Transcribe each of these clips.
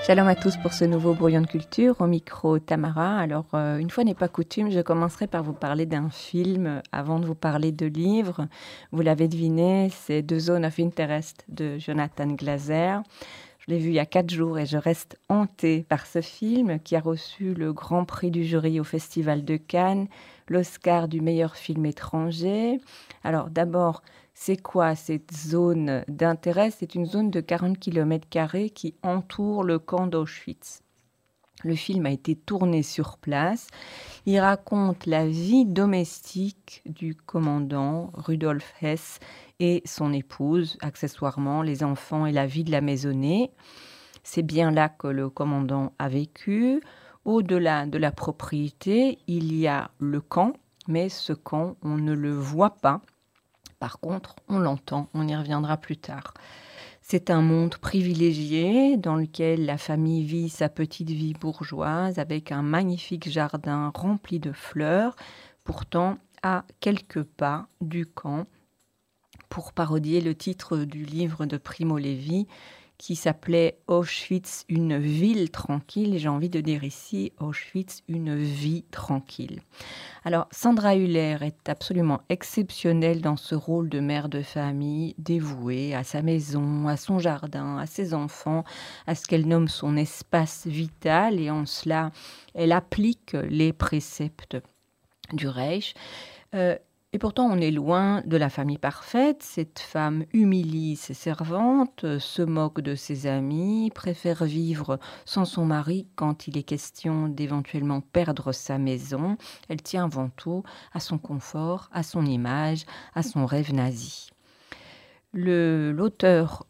Shalom à tous pour ce nouveau brouillon de culture. Au micro, Tamara. Alors, une fois n'est pas coutume, je commencerai par vous parler d'un film avant de vous parler de livres. Vous l'avez deviné, c'est The Zone of Interest de Jonathan Glazer. Je l'ai vu il y a 4 jours et je reste hantée par ce film qui a reçu le Grand Prix du jury au Festival de Cannes, l'Oscar du meilleur film étranger. Alors d'abord, c'est quoi cette zone d'intérêt? C'est une zone de 40 km² qui entoure le camp d'Auschwitz. Le film a été tourné sur place. Il raconte la vie domestique du commandant Rudolf Hess et son épouse, accessoirement les enfants et la vie de la maisonnée. C'est bien là que le commandant a vécu. Au-delà de la propriété, il y a le camp, mais ce camp, on ne le voit pas. Par contre, on l'entend, on y reviendra plus tard. C'est un monde privilégié dans lequel la famille vit sa petite vie bourgeoise avec un magnifique jardin rempli de fleurs, pourtant à quelques pas du camp, pour parodier le titre du livre de Primo Levi qui s'appelait Auschwitz, une ville tranquille. J'ai envie de dire ici Auschwitz, une vie tranquille. Alors, Sandra Hüller est absolument exceptionnelle dans ce rôle de mère de famille, dévouée à sa maison, à son jardin, à ses enfants, à ce qu'elle nomme son espace vital. Et en cela, elle applique les préceptes du Reich. Et pourtant, on est loin de la famille parfaite. Cette femme humilie ses servantes, se moque de ses amis, préfère vivre sans son mari quand il est question d'éventuellement perdre sa maison. Elle tient avant tout à son confort, à son image, à son rêve nazi. L'acteur,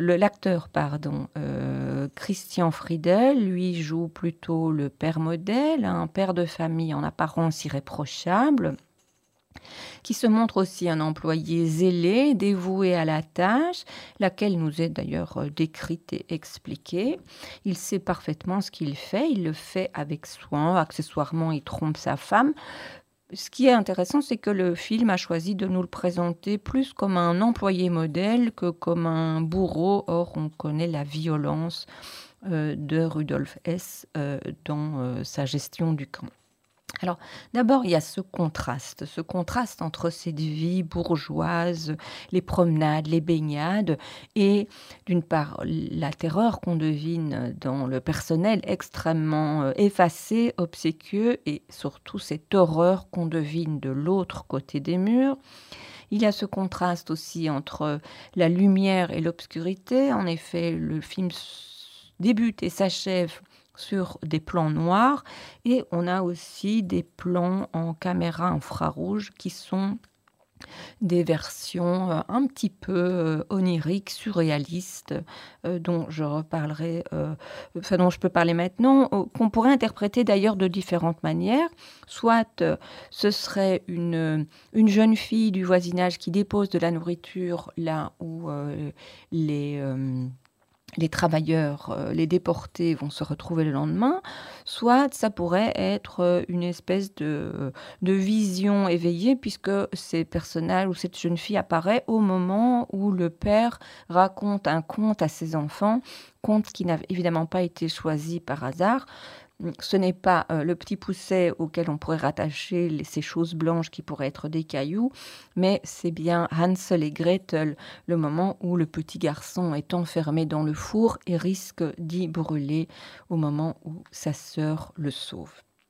Christian Friedel, lui joue plutôt le père modèle, un père de famille en apparence irréprochable, qui se montre aussi un employé zélé, dévoué à la tâche, laquelle nous est d'ailleurs décrite et expliquée. Il sait parfaitement ce qu'il fait, il le fait avec soin, accessoirement il trompe sa femme. Ce qui est intéressant, c'est que le film a choisi de nous le présenter plus comme un employé modèle que comme un bourreau. Or, on connaît la violence de Rudolf Hess dans sa gestion du camp. Alors, d'abord, il y a ce contraste entre cette vie bourgeoise, les promenades, les baignades, et d'une part, la terreur qu'on devine dans le personnel extrêmement effacé, obséquieux, et surtout cette horreur qu'on devine de l'autre côté des murs. Il y a ce contraste aussi entre la lumière et l'obscurité. En effet, le film débute et s'achève sur des plans noirs, et on a aussi des plans en caméra infrarouge qui sont des versions un petit peu oniriques, surréalistes, dont je reparlerai, dont je peux parler maintenant, qu'on pourrait interpréter d'ailleurs de différentes manières. Soit ce serait une jeune fille du voisinage qui dépose de la nourriture là où les travailleurs, les déportés vont se retrouver le lendemain, soit ça pourrait être une espèce de vision éveillée, puisque ces personnages ou cette jeune fille apparaît au moment où le père raconte un conte à ses enfants, conte qui n'a évidemment pas été choisi par hasard. Ce n'est pas le petit pousset auquel on pourrait rattacher ces choses blanches qui pourraient être des cailloux, mais c'est bien Hansel et Gretel, le moment où le petit garçon est enfermé dans le four et risque d'y brûler au moment où sa sœur le sauve.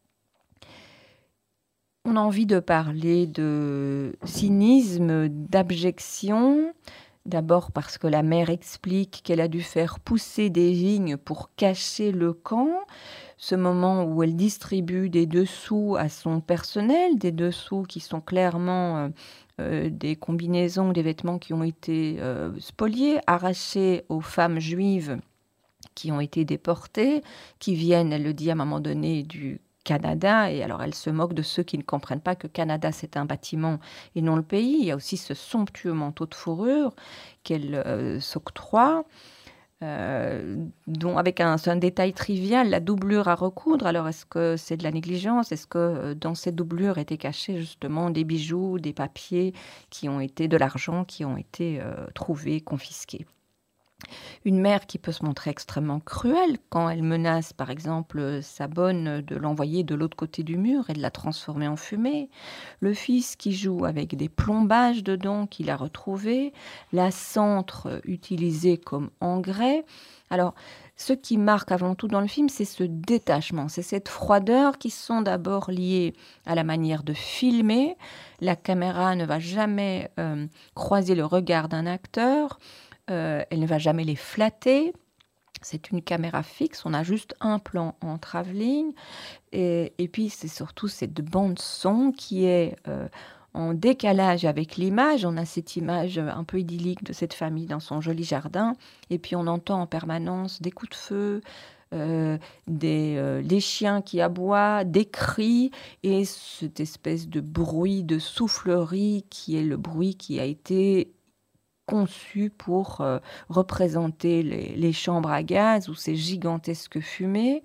On a envie de parler de cynisme, d'abjection. D'abord parce que la mère explique qu'elle a dû faire pousser des vignes pour cacher le camp. Ce moment où elle distribue des dessous à son personnel, des dessous qui sont clairement des combinaisons, des vêtements qui ont été spoliés, arrachés aux femmes juives qui ont été déportées, qui viennent, elle le dit à un moment donné, du Canada, et alors elle se moque de ceux qui ne comprennent pas que Canada c'est un bâtiment et non le pays. Il y a aussi ce somptueux manteau de fourrure qu'elle s'octroie, dont avec un détail trivial, la doublure à recoudre. Alors est-ce que c'est de la négligence? Est-ce que dans cette doublure étaient cachés justement des bijoux, des papiers qui ont été de l'argent, qui ont été trouvés, confisqués? Une mère qui peut se montrer extrêmement cruelle quand elle menace, par exemple, sa bonne de l'envoyer de l'autre côté du mur et de la transformer en fumée. Le fils qui joue avec des plombages dedans qu'il a retrouvés, la centre utilisée comme engrais. Alors, ce qui marque avant tout dans le film, c'est ce détachement, c'est cette froideur qui sont d'abord liées à la manière de filmer. La caméra ne va jamais croiser le regard d'un acteur. Elle ne va jamais les flatter. C'est une caméra fixe, on a juste un plan en travelling et puis c'est surtout cette bande son qui est, en décalage avec l'image. On a cette image, un peu idyllique de cette famille dans son joli jardin et puis on entend en permanence des coups de feu, des chiens qui aboient, des cris et cette espèce de bruit de soufflerie qui est le bruit qui a été conçu pour, représenter les chambres à gaz ou ces gigantesques fumées.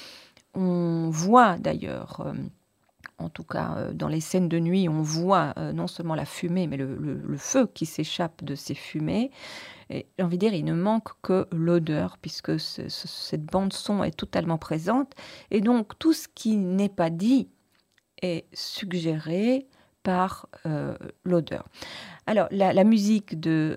On voit d'ailleurs, en tout cas, dans les scènes de nuit, on voit, non seulement la fumée, mais le feu qui s'échappe de ces fumées et j'ai envie de dire, il ne manque que l'odeur puisque cette bande son est totalement présente et donc tout ce qui n'est pas dit est suggéré par, l'odeur. Alors la musique de,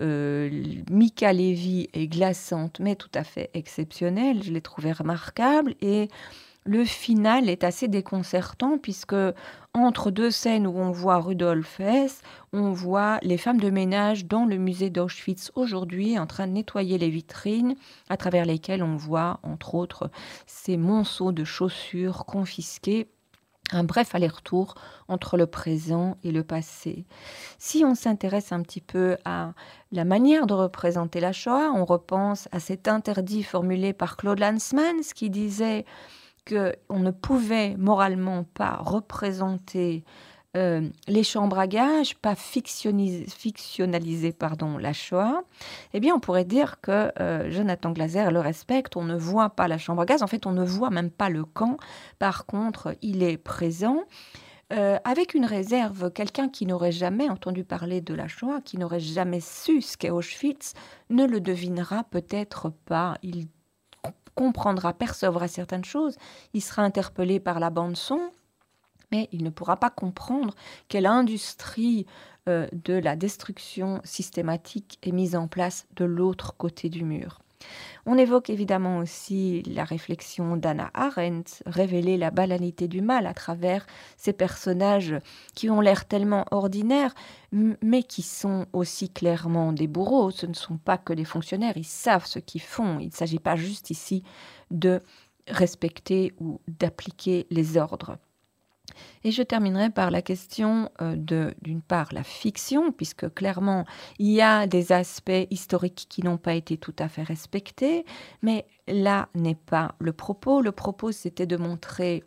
Mica Levi est glaçante, mais tout à fait exceptionnelle. Je l'ai trouvée remarquable et le final est assez déconcertant puisque entre 2 scènes où on voit Rudolf Hess, on voit les femmes de ménage dans le musée d'Auschwitz aujourd'hui en train de nettoyer les vitrines à travers lesquelles on voit, entre autres, ces monceaux de chaussures confisquées. Un bref aller-retour entre le présent et le passé. Si on s'intéresse un petit peu à la manière de représenter la Shoah, on repense à cet interdit formulé par Claude Lanzmann qui disait qu'on ne pouvait moralement pas représenter les chambres à gaz, pas fictionnaliser pardon, la Shoah, eh bien on pourrait dire que Jonathan Glaser le respecte, on ne voit pas la chambre à gaz, en fait on ne voit même pas le camp, par contre il est présent. Avec une réserve, quelqu'un qui n'aurait jamais entendu parler de la Shoah, qui n'aurait jamais su ce qu'est Auschwitz, ne le devinera peut-être pas. Il comprendra, percevra certaines choses, il sera interpellé par la bande son, mais il ne pourra pas comprendre quelle industrie de la destruction systématique est mise en place de l'autre côté du mur. On évoque évidemment aussi la réflexion d'Hannah Arendt, révéler la banalité du mal à travers ces personnages qui ont l'air tellement ordinaires, mais qui sont aussi clairement des bourreaux. Ce ne sont pas que des fonctionnaires, ils savent ce qu'ils font. Il ne s'agit pas juste ici de respecter ou d'appliquer les ordres. Et je terminerai par la question d'une part, la fiction, puisque clairement, il y a des aspects historiques qui n'ont pas été tout à fait respectés, mais là n'est pas le propos. Le propos, c'était de montrer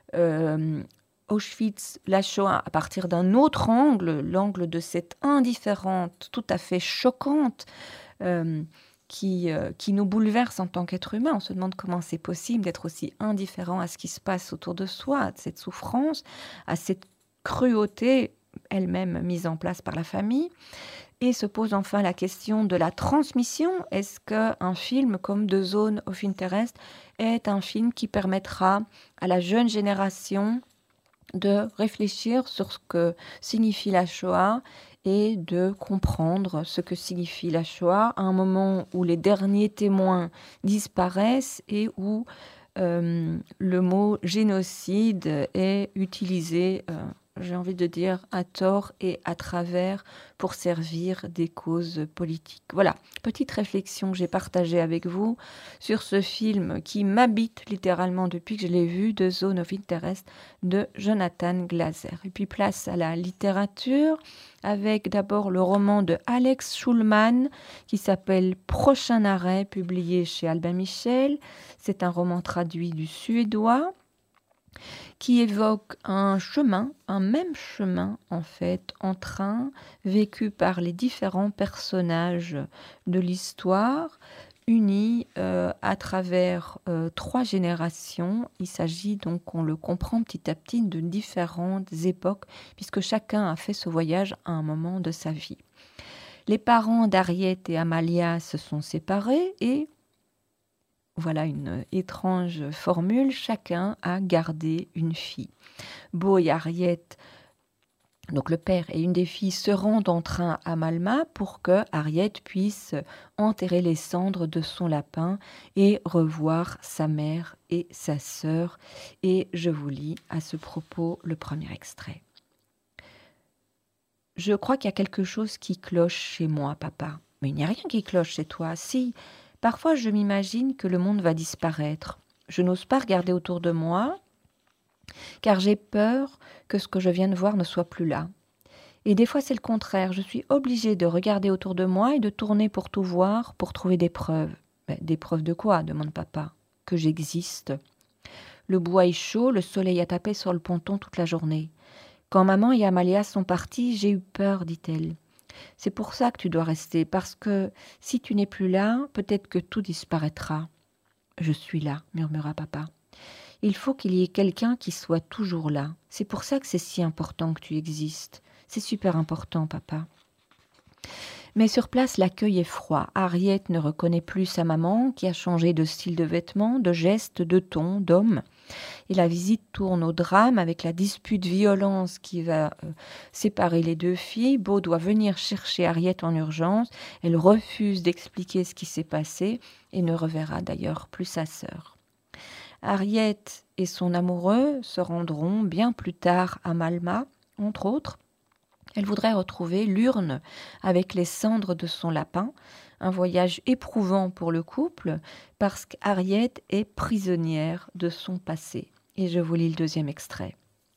Auschwitz, la Shoah, à partir d'un autre angle, l'angle de cette indifférente, tout à fait choquante, qui nous bouleverse en tant qu'être humain. On se demande comment c'est possible d'être aussi indifférent à ce qui se passe autour de soi, à cette souffrance, à cette cruauté elle-même mise en place par la famille. Et se pose enfin la question de la transmission. Est-ce qu'un film comme The Zone of Interest est un film qui permettra à la jeune génération de réfléchir sur ce que signifie la Shoah et de comprendre ce que signifie la Shoah à un moment où les derniers témoins disparaissent et où le mot génocide est utilisé, j'ai envie de dire, à tort et à travers pour servir des causes politiques. Voilà, petite réflexion que j'ai partagée avec vous sur ce film qui m'habite littéralement depuis que je l'ai vu, The Zone of Interest de Jonathan Glaser. Et puis place à la littérature avec d'abord le roman de Alex Schulman qui s'appelle Prochain arrêt, publié chez Albin Michel. C'est un roman traduit du suédois qui évoque un chemin, un même chemin en fait, en train, vécu par les différents personnages de l'histoire, unis à travers 3 générations. Il s'agit donc, on le comprend petit à petit, de différentes époques, puisque chacun a fait ce voyage à un moment de sa vie. Les parents d'Harriet et Amalia se sont séparés et, voilà une étrange formule, chacun a gardé une fille. Bo et Harriet, donc le père et une des filles, se rendent en train à Malmö pour que Harriet puisse enterrer les cendres de son lapin et revoir sa mère et sa sœur. Et je vous lis à ce propos le premier extrait. « Je crois qu'il y a quelque chose qui cloche chez moi, papa. » »« Mais il n'y a rien qui cloche chez toi. Si, parfois je m'imagine que le monde va disparaître. Je n'ose pas regarder autour de moi, car j'ai peur que ce que je viens de voir ne soit plus là. Et des fois c'est le contraire. Je suis obligée de regarder autour de moi et de tourner pour tout voir, pour trouver des preuves. »« Des preuves de quoi ?» demande papa. « Que j'existe. Le bois est chaud, le soleil a tapé sur le ponton toute la journée. Quand maman et Amalia sont parties, j'ai eu peur, dit-elle. C'est pour ça que tu dois rester, parce que si tu n'es plus là, peut-être que tout disparaîtra. »« Je suis là, murmura papa. Il faut qu'il y ait quelqu'un qui soit toujours là. C'est pour ça que c'est si important que tu existes. C'est super important, papa. » Mais sur place, l'accueil est froid. Harriet ne reconnaît plus sa maman, qui a changé de style de vêtements, de gestes, de ton, d'homme. Et la visite tourne au drame avec la dispute violence qui va séparer les deux filles. Bo doit venir chercher Harriet en urgence. Elle refuse d'expliquer ce qui s'est passé et ne reverra d'ailleurs plus sa sœur. Harriet et son amoureux se rendront bien plus tard à Malmö, entre autres. Elle voudrait retrouver l'urne avec les cendres de son lapin, un voyage éprouvant pour le couple parce qu'Harriet est prisonnière de son passé. Et je vous lis le deuxième extrait.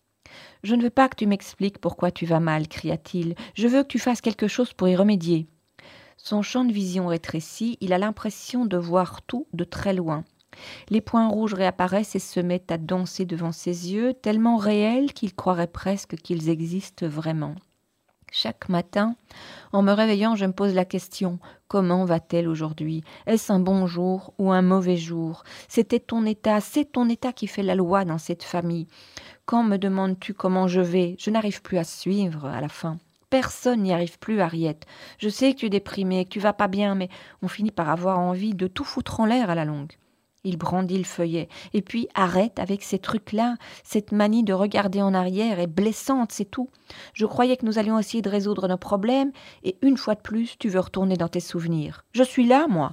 « Je ne veux pas que tu m'expliques pourquoi tu vas mal, cria-t-il. Je veux que tu fasses quelque chose pour y remédier. » Son champ de vision rétrécit, il a l'impression de voir tout de très loin. Les points rouges réapparaissent et se mettent à danser devant ses yeux, tellement réels qu'il croirait presque qu'ils existent vraiment. Chaque matin, en me réveillant, je me pose la question « Comment va-t-elle aujourd'hui ? Est-ce un bon jour ou un mauvais jour ? C'était ton état, c'est ton état qui fait la loi dans cette famille. Quand me demandes-tu comment je vais ? Je n'arrive plus à suivre à la fin. Personne n'y arrive plus, Harriet. Je sais que tu es déprimée, que tu vas pas bien, mais on finit par avoir envie de tout foutre en l'air à la longue. » Il brandit le feuillet. Et puis arrête avec ces trucs-là. Cette manie de regarder en arrière est blessante, c'est tout. Je croyais que nous allions essayer de résoudre nos problèmes et une fois de plus, tu veux retourner dans tes souvenirs. Je suis là, moi.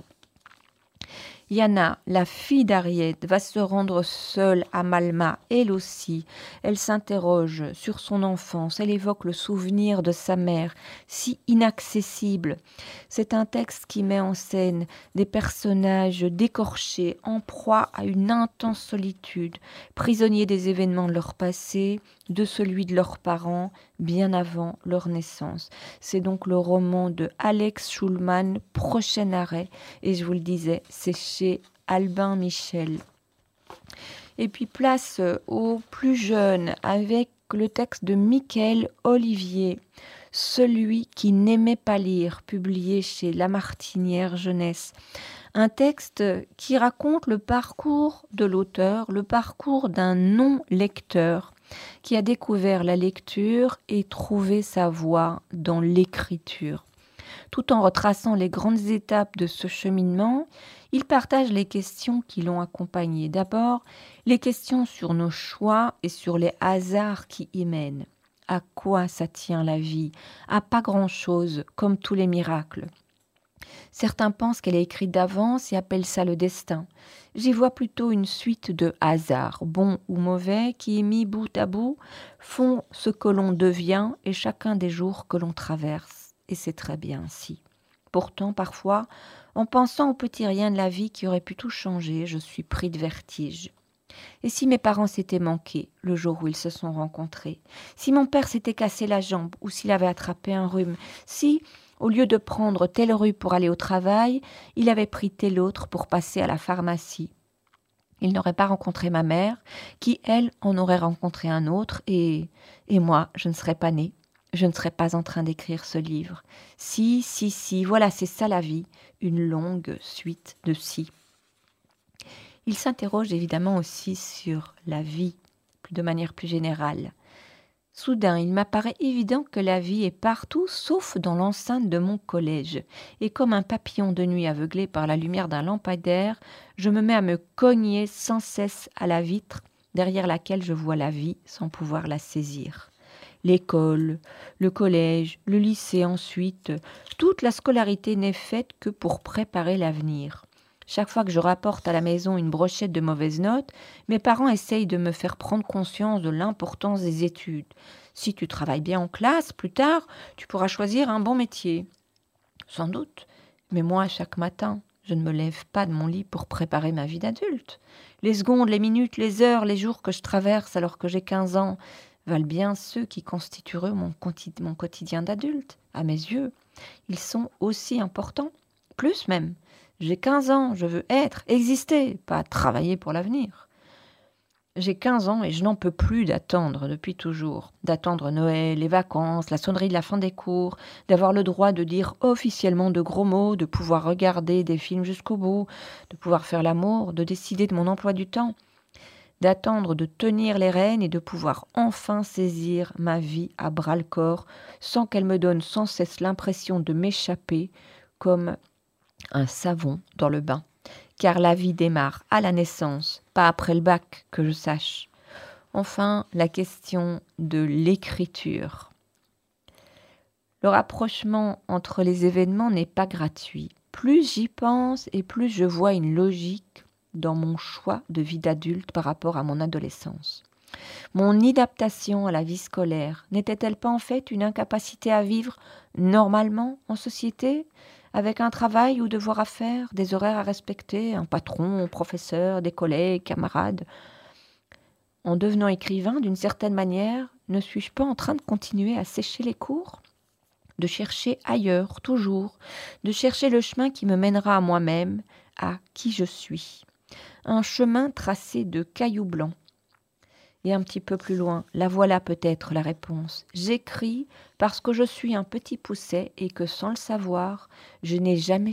Yana, la fille d'Harriet, va se rendre seule à Malmö, elle aussi. Elle s'interroge sur son enfance, elle évoque le souvenir de sa mère, si inaccessible. C'est un texte qui met en scène des personnages décorchés, en proie à une intense solitude, prisonniers des événements de leur passé, de celui de leurs parents, bien avant leur naissance. C'est donc le roman de Alex Schulman, prochain arrêt, et je vous le disais, c'est chez Albin Michel. Et puis place aux plus jeunes avec le texte de Michael Olivier, Celui qui n'aimait pas lire, publié chez Lamartinière Jeunesse. Un texte qui raconte le parcours de l'auteur, le parcours d'un non-lecteur qui a découvert la lecture et trouvé sa voie dans l'écriture. Tout en retraçant les grandes étapes de ce cheminement, il partage les questions qui l'ont accompagné. D'abord, les questions sur nos choix et sur les hasards qui y mènent. À quoi ça tient la vie ? À pas grand-chose, comme tous les miracles. Certains pensent qu'elle est écrite d'avance et appellent ça le destin. J'y vois plutôt une suite de hasards, bons ou mauvais, qui, mis bout à bout, font ce que l'on devient et chacun des jours que l'on traverse. Et c'est très bien ainsi. Pourtant, parfois, en pensant aux petits riens de la vie qui auraient pu tout changer, je suis pris de vertige. Et si mes parents s'étaient manqués le jour où ils se sont rencontrés ? Si mon père s'était cassé la jambe ou s'il avait attrapé un rhume ? Si, au lieu de prendre telle rue pour aller au travail, il avait pris telle autre pour passer à la pharmacie ? Il n'aurait pas rencontré ma mère, qui, elle, en aurait rencontré un autre, et moi, je ne serais pas née. Je ne serais pas en train d'écrire ce livre. Si, voilà, c'est ça la vie, une longue suite de si. Il s'interroge évidemment aussi sur la vie, de manière plus générale. Soudain, il m'apparaît évident que la vie est partout sauf dans l'enceinte de mon collège. Et comme un papillon de nuit aveuglé par la lumière d'un lampadaire, je me mets à me cogner sans cesse à la vitre derrière laquelle je vois la vie sans pouvoir la saisir. L'école, le collège, le lycée ensuite, toute la scolarité n'est faite que pour préparer l'avenir. Chaque fois que je rapporte à la maison une brochette de mauvaises notes, mes parents essayent de me faire prendre conscience de l'importance des études. Si tu travailles bien en classe, plus tard, tu pourras choisir un bon métier. Sans doute. Mais moi, chaque matin, je ne me lève pas de mon lit pour préparer ma vie d'adulte. Les secondes, les minutes, les heures, les jours que je traverse alors que j'ai 15 ans valent bien ceux qui constitueraient mon quotidien d'adulte. À mes yeux, ils sont aussi importants. Plus même. J'ai 15 ans, je veux être, exister, pas travailler pour l'avenir. J'ai 15 ans et je n'en peux plus d'attendre depuis toujours. D'attendre Noël, les vacances, la sonnerie de la fin des cours, d'avoir le droit de dire officiellement de gros mots, de pouvoir regarder des films jusqu'au bout, de pouvoir faire l'amour, de décider de mon emploi du temps. D'attendre de tenir les rênes et de pouvoir enfin saisir ma vie à bras-le-corps sans qu'elle me donne sans cesse l'impression de m'échapper comme un savon dans le bain. Car la vie démarre à la naissance, pas après le bac, que je sache. Enfin, la question de l'écriture. Le rapprochement entre les événements n'est pas gratuit. Plus j'y pense et plus je vois une logique dans mon choix de vie d'adulte par rapport à mon adolescence. Mon inadaptation à la vie scolaire n'était-elle pas en fait une incapacité à vivre normalement en société, avec un travail ou devoir à faire, des horaires à respecter, un patron, un professeur, des collègues, camarades? En devenant écrivain, d'une certaine manière, ne suis-je pas en train de continuer à sécher les cours? De chercher ailleurs, toujours, de chercher le chemin qui me mènera à moi-même, à qui je suis. Un chemin tracé de cailloux blancs. Et un petit peu plus loin, la voilà peut-être la réponse. J'écris parce que je suis un petit pousset et que sans le savoir, je n'ai jamais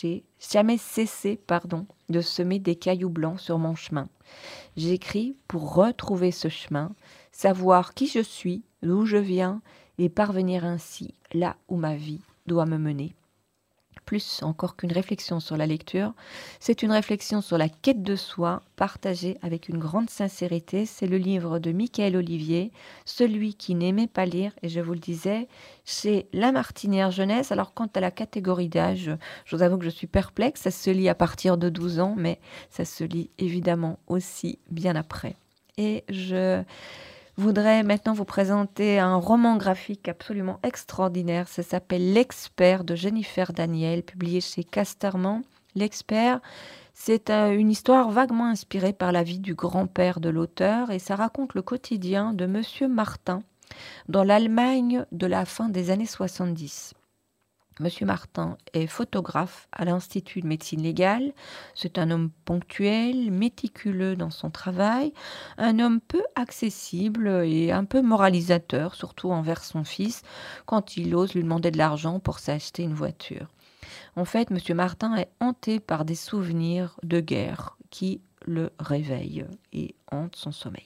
cessé, de semer des cailloux blancs sur mon chemin. J'écris pour retrouver ce chemin, savoir qui je suis, d'où je viens et parvenir ainsi là où ma vie doit me mener. Plus encore qu'une réflexion sur la lecture, c'est une réflexion sur la quête de soi partagée avec une grande sincérité. C'est le livre de Michael Olivier, Celui qui n'aimait pas lire, et je vous le disais, chez La Martinière Jeunesse. Alors quant à la catégorie d'âge, je vous avoue que je suis perplexe, ça se lit à partir de 12 ans, mais ça se lit évidemment aussi bien après. Et je voudrais maintenant vous présenter un roman graphique absolument extraordinaire. Ça s'appelle L'Expert de Jennifer Daniel, publié chez Casterman. L'Expert, c'est une histoire vaguement inspirée par la vie du grand-père de l'auteur et ça raconte le quotidien de Monsieur Martin dans l'Allemagne de la fin des années 70. Monsieur Martin est photographe à l'Institut de médecine légale. C'est un homme ponctuel, méticuleux dans son travail, un homme peu accessible et un peu moralisateur, surtout envers son fils, quand il ose lui demander de l'argent pour s'acheter une voiture. En fait, Monsieur Martin est hanté par des souvenirs de guerre qui le réveillent et hantent son sommeil.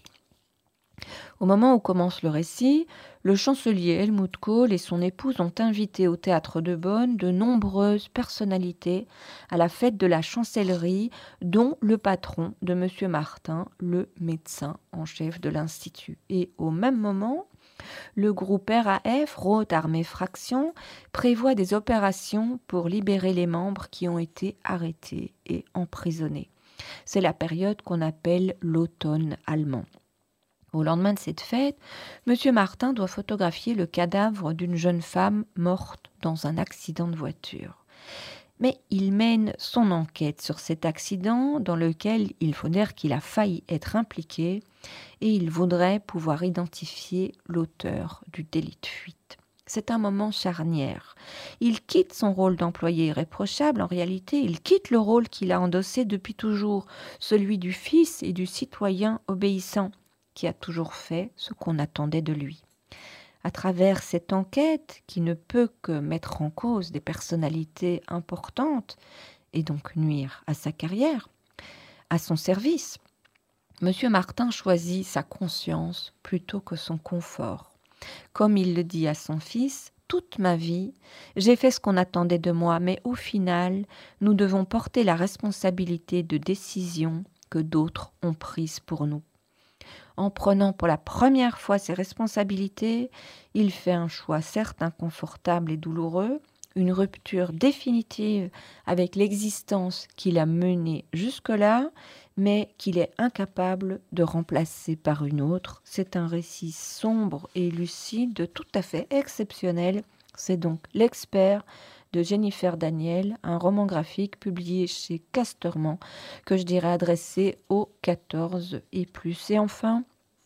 Au moment où commence le récit, le chancelier Helmut Kohl et son épouse ont invité au théâtre de Bonn de nombreuses personnalités à la fête de la chancellerie, dont le patron de M. Martin, le médecin en chef de l'Institut. Et au même moment, le groupe RAF, Rote Armee Fraction, prévoit des opérations pour libérer les membres qui ont été arrêtés et emprisonnés. C'est la période qu'on appelle l'automne allemand. Au lendemain de cette fête, M. Martin doit photographier le cadavre d'une jeune femme morte dans un accident de voiture. Mais il mène son enquête sur cet accident dans lequel il faut dire qu'il a failli être impliqué et il voudrait pouvoir identifier l'auteur du délit de fuite. C'est un moment charnière. Il quitte son rôle d'employé irréprochable, en réalité, il quitte le rôle qu'il a endossé depuis toujours, celui du fils et du citoyen obéissant, qui a toujours fait ce qu'on attendait de lui. À travers cette enquête, qui ne peut que mettre en cause des personnalités importantes et donc nuire à sa carrière, à son service, M. Martin choisit sa conscience plutôt que son confort. Comme il le dit à son fils, toute ma vie, j'ai fait ce qu'on attendait de moi, mais au final, nous devons porter la responsabilité de décisions que d'autres ont prises pour nous. En prenant pour la première fois ses responsabilités, il fait un choix certes inconfortable et douloureux, une rupture définitive avec l'existence qu'il a menée jusque-là, mais qu'il est incapable de remplacer par une autre. C'est un récit sombre et lucide, tout à fait exceptionnel. C'est donc L'Expert de Jennifer Daniel, un roman graphique publié chez Casterman que je dirais adressé aux 14 et plus. Et enfin,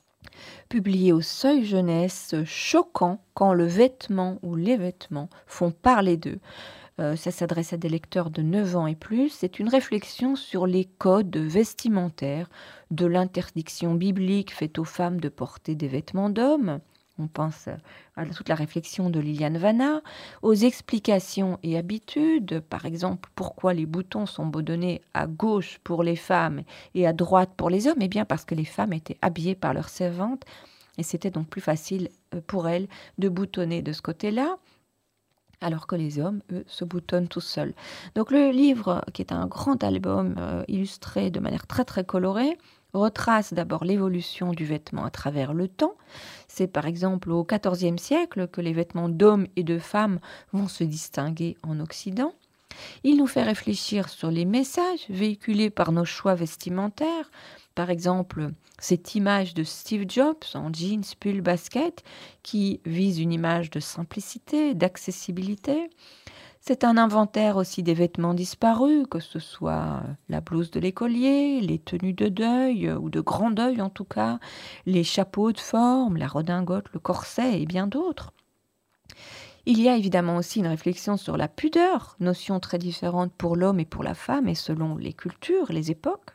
publié au Seuil Jeunesse, Choquant quand le vêtement ou les vêtements font parler d'eux. Ça s'adresse à des lecteurs de 9 ans et plus. C'est une réflexion sur les codes vestimentaires, de l'interdiction biblique faite aux femmes de porter des vêtements d'hommes. On pense à toute la réflexion de Liliane Vanna, aux explications et habitudes, par exemple, pourquoi les boutons sont bodonnés à gauche pour les femmes et à droite pour les hommes. Eh bien, parce que les femmes étaient habillées par leurs servantes et c'était donc plus facile pour elles de boutonner de ce côté-là, alors que les hommes, eux, se boutonnent tout seuls. Donc le livre, qui est un grand album illustré de manière très très colorée, retrace d'abord l'évolution du vêtement à travers le temps. C'est par exemple au XIVe siècle que les vêtements d'hommes et de femmes vont se distinguer en Occident. Il nous fait réfléchir sur les messages véhiculés par nos choix vestimentaires. Par exemple, cette image de Steve Jobs en jeans, pull, basket, qui vise une image de simplicité, d'accessibilité. C'est un inventaire aussi des vêtements disparus, que ce soit la blouse de l'écolier, les tenues de deuil, ou de grand deuil en tout cas, les chapeaux de forme, la redingote, le corset et bien d'autres. Il y a évidemment aussi une réflexion sur la pudeur, notion très différente pour l'homme et pour la femme et selon les cultures, les époques.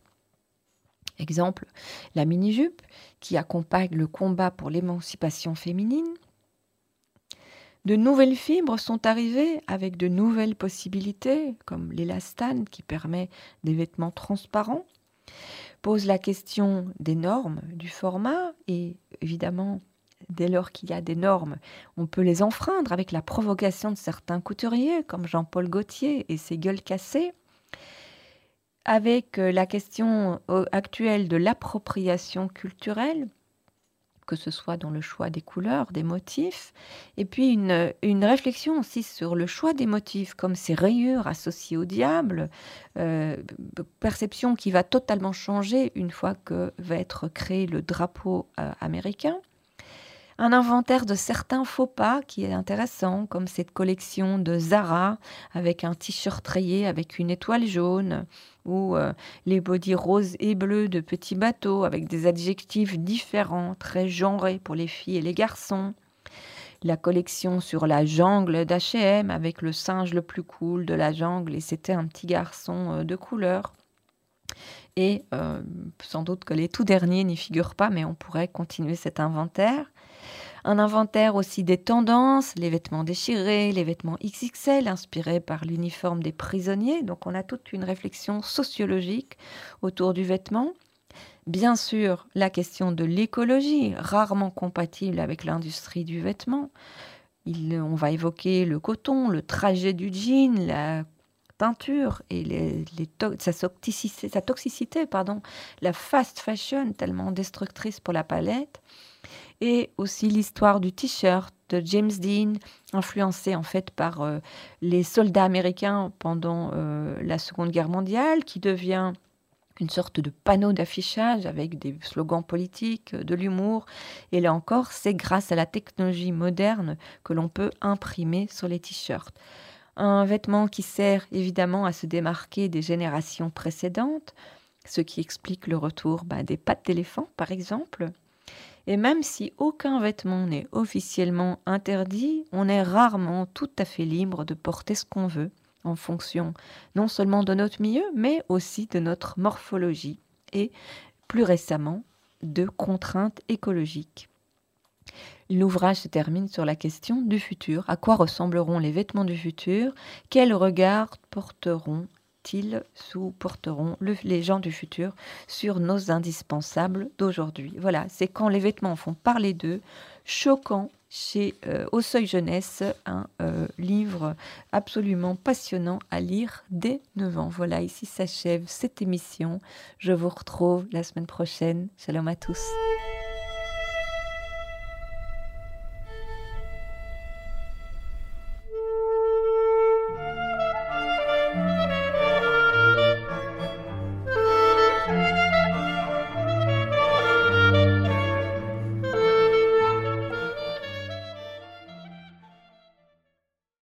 Exemple, la mini-jupe qui accompagne le combat pour l'émancipation féminine. De nouvelles fibres sont arrivées avec de nouvelles possibilités, comme l'élastane qui permet des vêtements transparents. Pose la question des normes, du format et évidemment, dès lors qu'il y a des normes, on peut les enfreindre avec la provocation de certains couturiers comme Jean-Paul Gaultier et ses gueules cassées. Avec la question actuelle de l'appropriation culturelle, que ce soit dans le choix des couleurs, des motifs, et puis une réflexion aussi sur le choix des motifs, comme ces rayures associées au diable, perception qui va totalement changer une fois que va être créé le drapeau américain. Un inventaire de certains faux pas qui est intéressant, comme cette collection de Zara avec un t-shirt rayé avec une étoile jaune, ou les bodys roses et bleus de petits bateaux avec des adjectifs différents, très genrés pour les filles et les garçons. La collection sur la jungle d'H&M avec le singe le plus cool de la jungle et c'était un petit garçon de couleur. Et sans doute que les tout derniers n'y figurent pas, mais on pourrait continuer cet inventaire. Un inventaire aussi des tendances, les vêtements déchirés, les vêtements XXL inspirés par l'uniforme des prisonniers. Donc on a toute une réflexion sociologique autour du vêtement. Bien sûr, la question de l'écologie, rarement compatible avec l'industrie du vêtement. On va évoquer le coton, le trajet du jean, la teinture et sa toxicité, la fast fashion tellement destructrice pour la planète. Et aussi l'histoire du t-shirt de James Dean, influencé en fait par les soldats américains pendant la Seconde Guerre mondiale, qui devient une sorte de panneau d'affichage avec des slogans politiques, de l'humour. Et là encore, c'est grâce à la technologie moderne que l'on peut imprimer sur les t-shirts. Un vêtement qui sert évidemment à se démarquer des générations précédentes, ce qui explique le retour des pattes d'éléphant par exemple. Et même si aucun vêtement n'est officiellement interdit, on est rarement tout à fait libre de porter ce qu'on veut, en fonction non seulement de notre milieu, mais aussi de notre morphologie et, plus récemment, de contraintes écologiques. L'ouvrage se termine sur la question du futur. À quoi ressembleront les vêtements du futur? Quel regard porteront les gens du futur sur nos indispensables d'aujourd'hui. Voilà, c'est quand les vêtements font parler d'eux, Choquant chez Au Seuil Jeunesse, un livre absolument passionnant à lire dès 9 ans. Voilà, ici s'achève cette émission. Je vous retrouve la semaine prochaine. Shalom à tous.